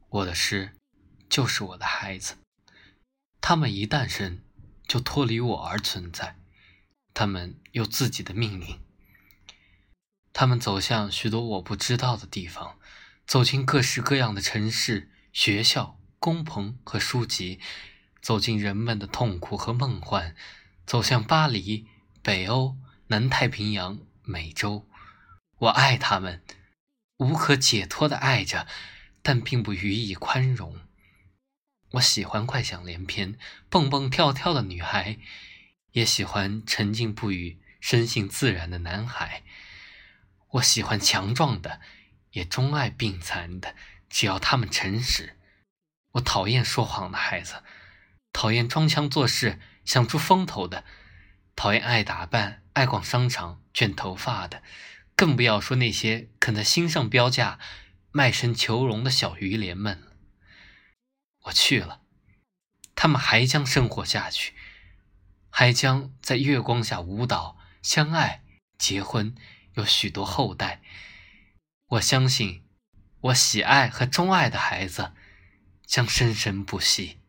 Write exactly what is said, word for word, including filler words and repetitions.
我的诗就是我的孩子，他们一诞生就脱离我而存在，他们有自己的命运。他们走向许多我不知道的地方，走进各式各样的城市、学校、工棚和书籍，走进人们的痛苦和梦幻，走向巴黎、北欧、南太平洋、美洲。我爱他们，无可解脱地爱着，但并不予以宽容。我喜欢快想连篇、蹦蹦跳跳的女孩，也喜欢沉静不语、生性自然的男孩。我喜欢强壮的，也钟爱病残的，只要他们诚实。我讨厌说谎的孩子，讨厌装腔作势、想出风头的，讨厌爱打扮、爱逛商场、卷头发的，更不要说那些肯在心上标价、卖身求荣的小鱼莲们了。我去了，他们还将生活下去，还将在月光下舞蹈、相爱、结婚，有许多后代。我相信，我喜爱和钟爱的孩子将生生不息。